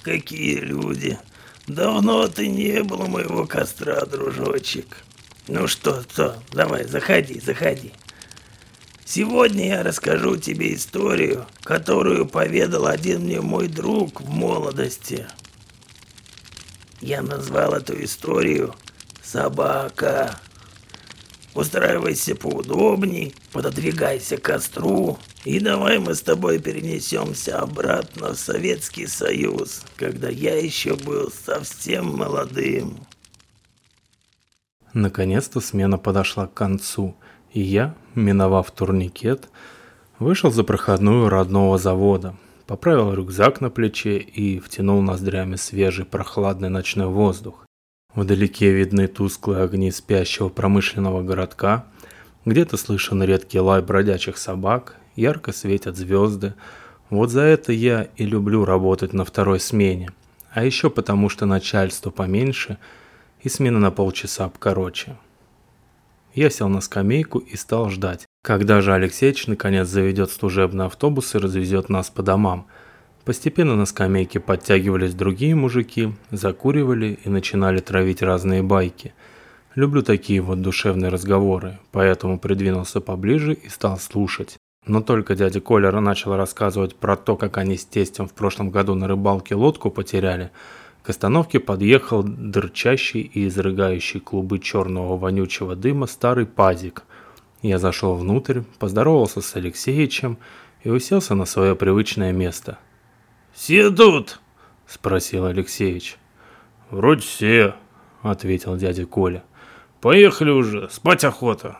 какие люди. Давно ты не был у моего костра, дружочек. Ну что, давай, заходи. Сегодня я расскажу тебе историю, которую поведал один мне мой друг в молодости. Я назвал эту историю «Собака». Устраивайся поудобней, пододвигайся к костру, и давай мы с тобой перенесемся обратно в Советский Союз, когда я еще был совсем молодым. Наконец-то смена подошла к концу, и я, миновав турникет, вышел за проходную родного завода, поправил рюкзак на плече и втянул ноздрями свежий прохладный ночной воздух. Вдалеке видны тусклые огни спящего промышленного городка, где-то слышен редкий лай бродячих собак, ярко светят звезды. Вот за это я и люблю работать на второй смене, а еще потому, что начальство поменьше и смена на полчаса покороче. Я сел на скамейку и стал ждать, когда же Алексеич наконец заведет служебный автобус и развезет нас по домам. Постепенно на скамейке подтягивались другие мужики, закуривали и начинали травить разные байки. Люблю такие вот душевные разговоры, поэтому придвинулся поближе и стал слушать. Но только дядя Коля начал рассказывать про то, как они с тестем в прошлом году на рыбалке лодку потеряли, к остановке подъехал дырчащий и изрыгающий клубы черного вонючего дыма старый пазик. Я зашел внутрь, поздоровался с Алексеичем и уселся на свое привычное место. «Все тут?» – спросил Алексеич. «Вроде все», – ответил дядя Коля. «Поехали уже, спать охота».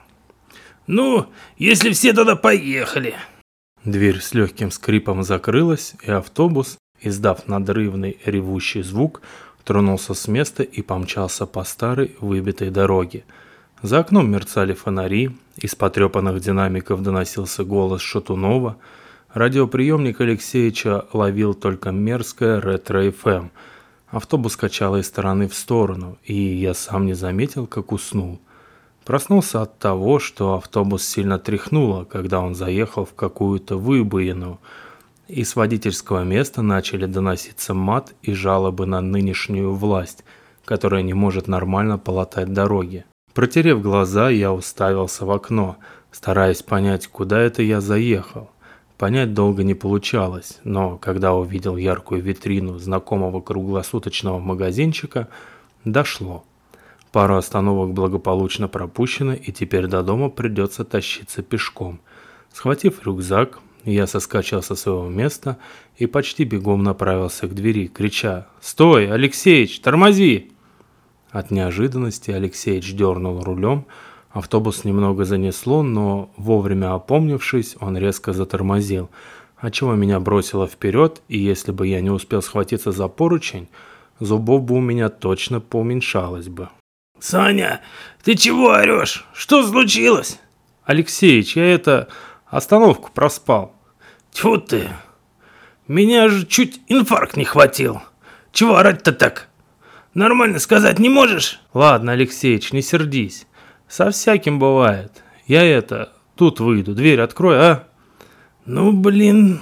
«Ну, если все, тогда поехали». Дверь с легким скрипом закрылась, и автобус, издав надрывный ревущий звук, тронулся с места и помчался по старой выбитой дороге. За окном мерцали фонари, из потрепанных динамиков доносился голос Шатунова. Радиоприемник Алексеича ловил только мерзкое ретро-ФМ. Автобус качало из стороны в сторону, и я сам не заметил, как уснул. Проснулся от того, что автобус сильно тряхнуло, когда он заехал в какую-то выбоину, и с водительского места начали доноситься мат и жалобы на нынешнюю власть, которая не может нормально полатать дороги. Протерев глаза, я уставился в окно, стараясь понять, куда это я заехал. Понять долго не получалось, но когда увидел яркую витрину знакомого круглосуточного магазинчика, дошло. Пару остановок благополучно пропущено, и теперь до дома придется тащиться пешком. Схватив рюкзак, я соскочил со своего места и почти бегом направился к двери, крича: «Стой, Алексеич, тормози!» От неожиданности Алексеич дернул рулем, автобус немного занесло, но вовремя опомнившись, он резко затормозил, отчего меня бросило вперед, и если бы я не успел схватиться за поручень, зубов бы у меня точно поуменьшалось бы. «Саня, ты чего орешь? Что случилось?» «Алексеич, я остановку проспал». «Тьфу ты! Меня же чуть инфаркт не хватил. Чего орать-то так? Нормально сказать не можешь?» «Ладно, Алексеич, не сердись. Со всяким бывает. Я тут выйду, дверь открой, а?» «Ну, блин,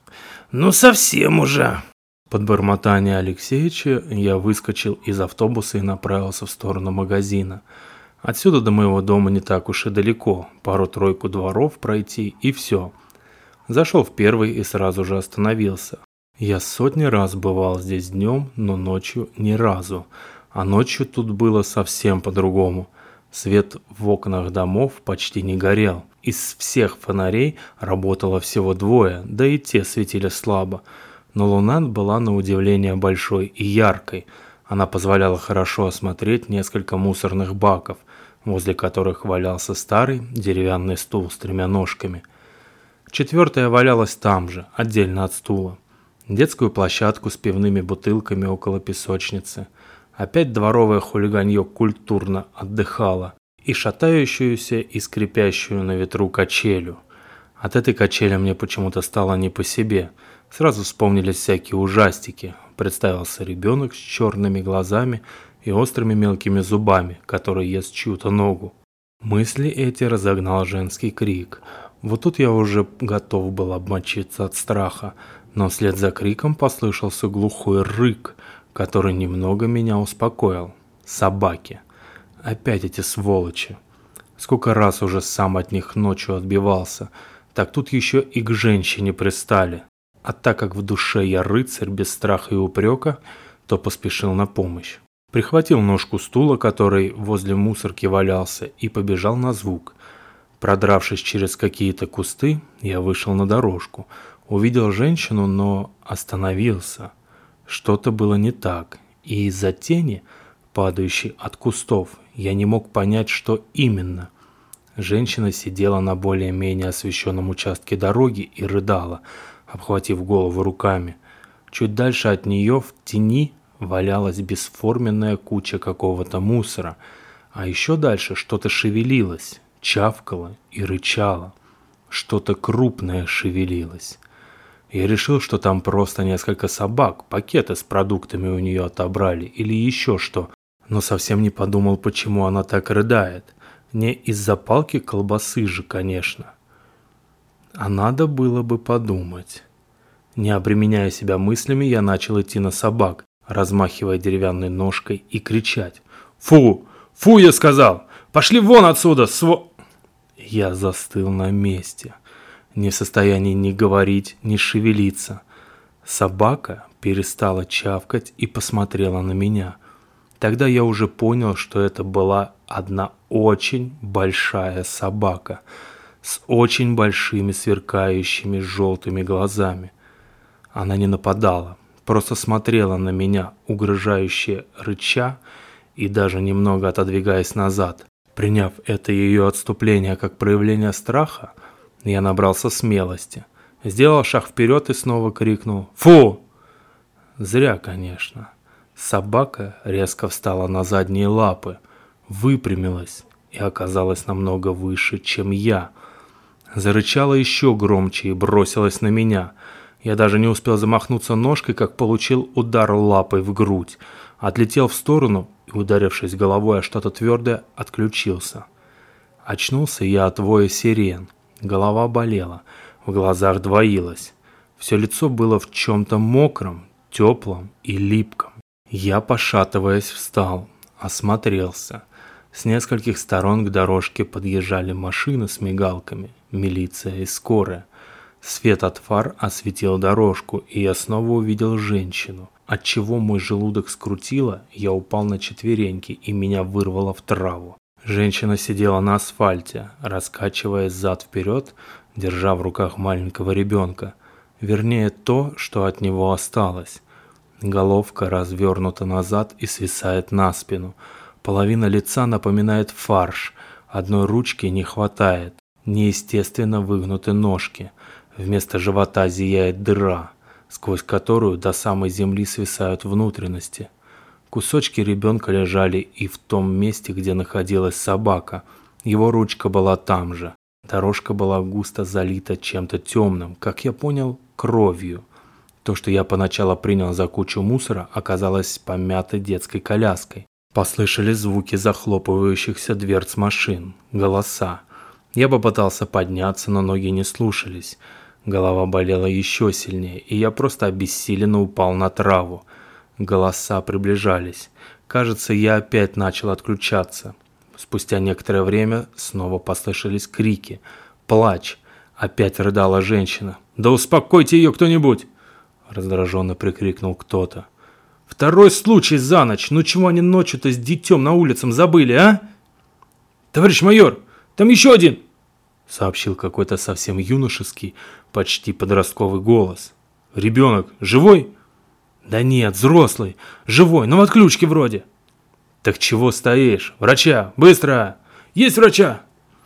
ну совсем уже». Под бормотание Алексеича я выскочил из автобуса и направился в сторону магазина. Отсюда до моего дома не так уж и далеко, пару-тройку дворов пройти и все. Зашел в первый и сразу же остановился. Я сотни раз бывал здесь днем, но ночью ни разу. А ночью тут было совсем по-другому. Свет в окнах домов почти не горел. Из всех фонарей работало всего двое, да и те светили слабо. Но луна была на удивление большой и яркой. Она позволяла хорошо осмотреть несколько мусорных баков, возле которых валялся старый деревянный стул с 3 ножками. Четвертая валялась там же, отдельно от стула. Детскую площадку с пивными бутылками около песочницы. Опять дворовое хулиганье культурно отдыхало. И шатающуюся и скрипящую на ветру качелю. От этой качели мне почему-то стало не по себе. Сразу вспомнились всякие ужастики. Представился ребенок с черными глазами и острыми мелкими зубами, который ест чью-то ногу. Мысли эти разогнал женский крик. Вот тут я уже готов был обмочиться от страха. Но вслед за криком послышался глухой рык, который немного меня успокоил. Собаки. Опять эти сволочи. Сколько раз уже сам от них ночью отбивался, так тут еще и к женщине пристали. А так как в душе я рыцарь без страха и упрека, то поспешил на помощь. Прихватил ножку стула, который возле мусорки валялся, и побежал на звук. Продравшись через какие-то кусты, я вышел на дорожку. Увидел женщину, но остановился. Что-то было не так, и из-за тени, падающей от кустов, я не мог понять, что именно. Женщина сидела на более-менее освещенном участке дороги и рыдала, обхватив голову руками. Чуть дальше от нее в тени валялась бесформенная куча какого-то мусора, а еще дальше что-то шевелилось, чавкало и рычало. Что-то крупное шевелилось. Я решил, что там просто несколько собак, пакеты с продуктами у нее отобрали или еще что, но совсем не подумал, почему она так рыдает. Не из-за палки колбасы же, конечно. А надо было бы подумать. Не обременяя себя мыслями, я начал идти на собак, размахивая деревянной ножкой и кричать. «Фу! Фу, я сказал! Пошли вон отсюда, Я застыл на месте, не в состоянии ни говорить, ни шевелиться. Собака перестала чавкать и посмотрела на меня. Тогда я уже понял, что это была одна очень большая собака с очень большими сверкающими желтыми глазами. Она не нападала, просто смотрела на меня, угрожающе рыча и даже немного отодвигаясь назад. Приняв это ее отступление как проявление страха, я набрался смелости, сделал шаг вперед и снова крикнул «Фу!». Зря, конечно. Собака резко встала на задние лапы, выпрямилась и оказалась намного выше, чем я. Зарычала еще громче и бросилась на меня. Я даже не успел замахнуться ножкой, как получил удар лапой в грудь. Отлетел в сторону и, ударившись головой о что-то твердое, отключился. Очнулся я от воя сирен. Голова болела, в глазах двоилось. Все лицо было в чем-то мокром, теплом и липком. Я, пошатываясь, встал, осмотрелся. С нескольких сторон к дорожке подъезжали машины с мигалками, милиция и скорая. Свет от фар осветил дорожку, и я снова увидел женщину. Отчего мой желудок скрутило, я упал на четвереньки, и меня вырвало в траву. Женщина сидела на асфальте, раскачиваясь зад-вперед, держа в руках маленького ребенка. Вернее, то, что от него осталось. Головка развернута назад и свисает на спину. Половина лица напоминает фарш, одной ручки не хватает. Неестественно выгнуты ножки. Вместо живота зияет дыра, сквозь которую до самой земли свисают внутренности. Кусочки ребенка лежали и в том месте, где находилась собака. Его ручка была там же. Дорожка была густо залита чем-то темным, как я понял, кровью. То, что я поначалу принял за кучу мусора, оказалось помятой детской коляской. Послышались звуки захлопывающихся дверц машин, голоса. Я попытался подняться, но ноги не слушались. Голова болела еще сильнее, и я просто обессиленно упал на траву. Голоса приближались. Кажется, я опять начал отключаться. Спустя некоторое время снова послышались крики. Плач. Опять рыдала женщина. «Да успокойте ее кто-нибудь!» Раздраженно прикрикнул кто-то. «Второй случай за ночь! Ну чего они ночью-то с детем на улицам забыли, а?» «Товарищ майор, там еще один!» Сообщил какой-то совсем юношеский, почти подростковый голос. «Ребенок живой?» «Да нет, взрослый, живой, но в отключке вроде». «Так чего стоишь? Врача, быстро! Есть врача!»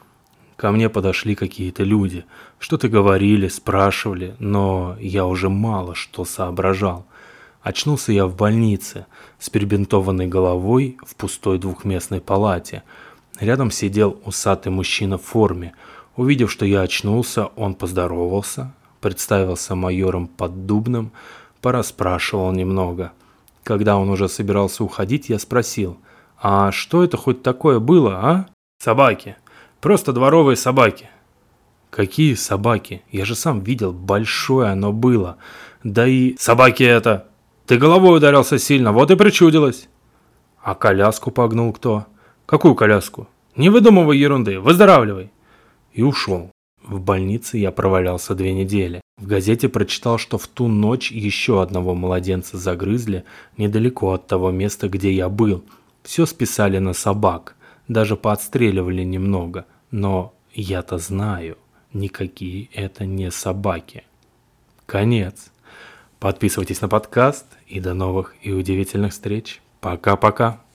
Ко мне подошли какие-то люди, что-то говорили, спрашивали, но я уже мало что соображал. Очнулся я в больнице, с перебинтованной головой в пустой двухместной палате. Рядом сидел усатый мужчина в форме. Увидев, что я очнулся, он поздоровался, представился майором Поддубным, порасспрашивал немного. Когда он уже собирался уходить, я спросил: «А что это хоть такое было, а?» «Собаки. Просто дворовые собаки». «Какие собаки? Я же сам видел, большое оно было. Да и собаки это! Ты головой ударился сильно, вот и причудилось. А коляску погнул кто? Какую коляску? Не выдумывай ерунды, выздоравливай. И ушел. В больнице я провалялся 2 недели. В газете прочитал, что в ту ночь еще одного младенца загрызли недалеко от того места, где я был. Все списали на собак, даже поотстреливали немного. Но я-то знаю, никакие это не собаки. Конец. Подписывайтесь на подкаст и до новых и удивительных встреч. Пока-пока.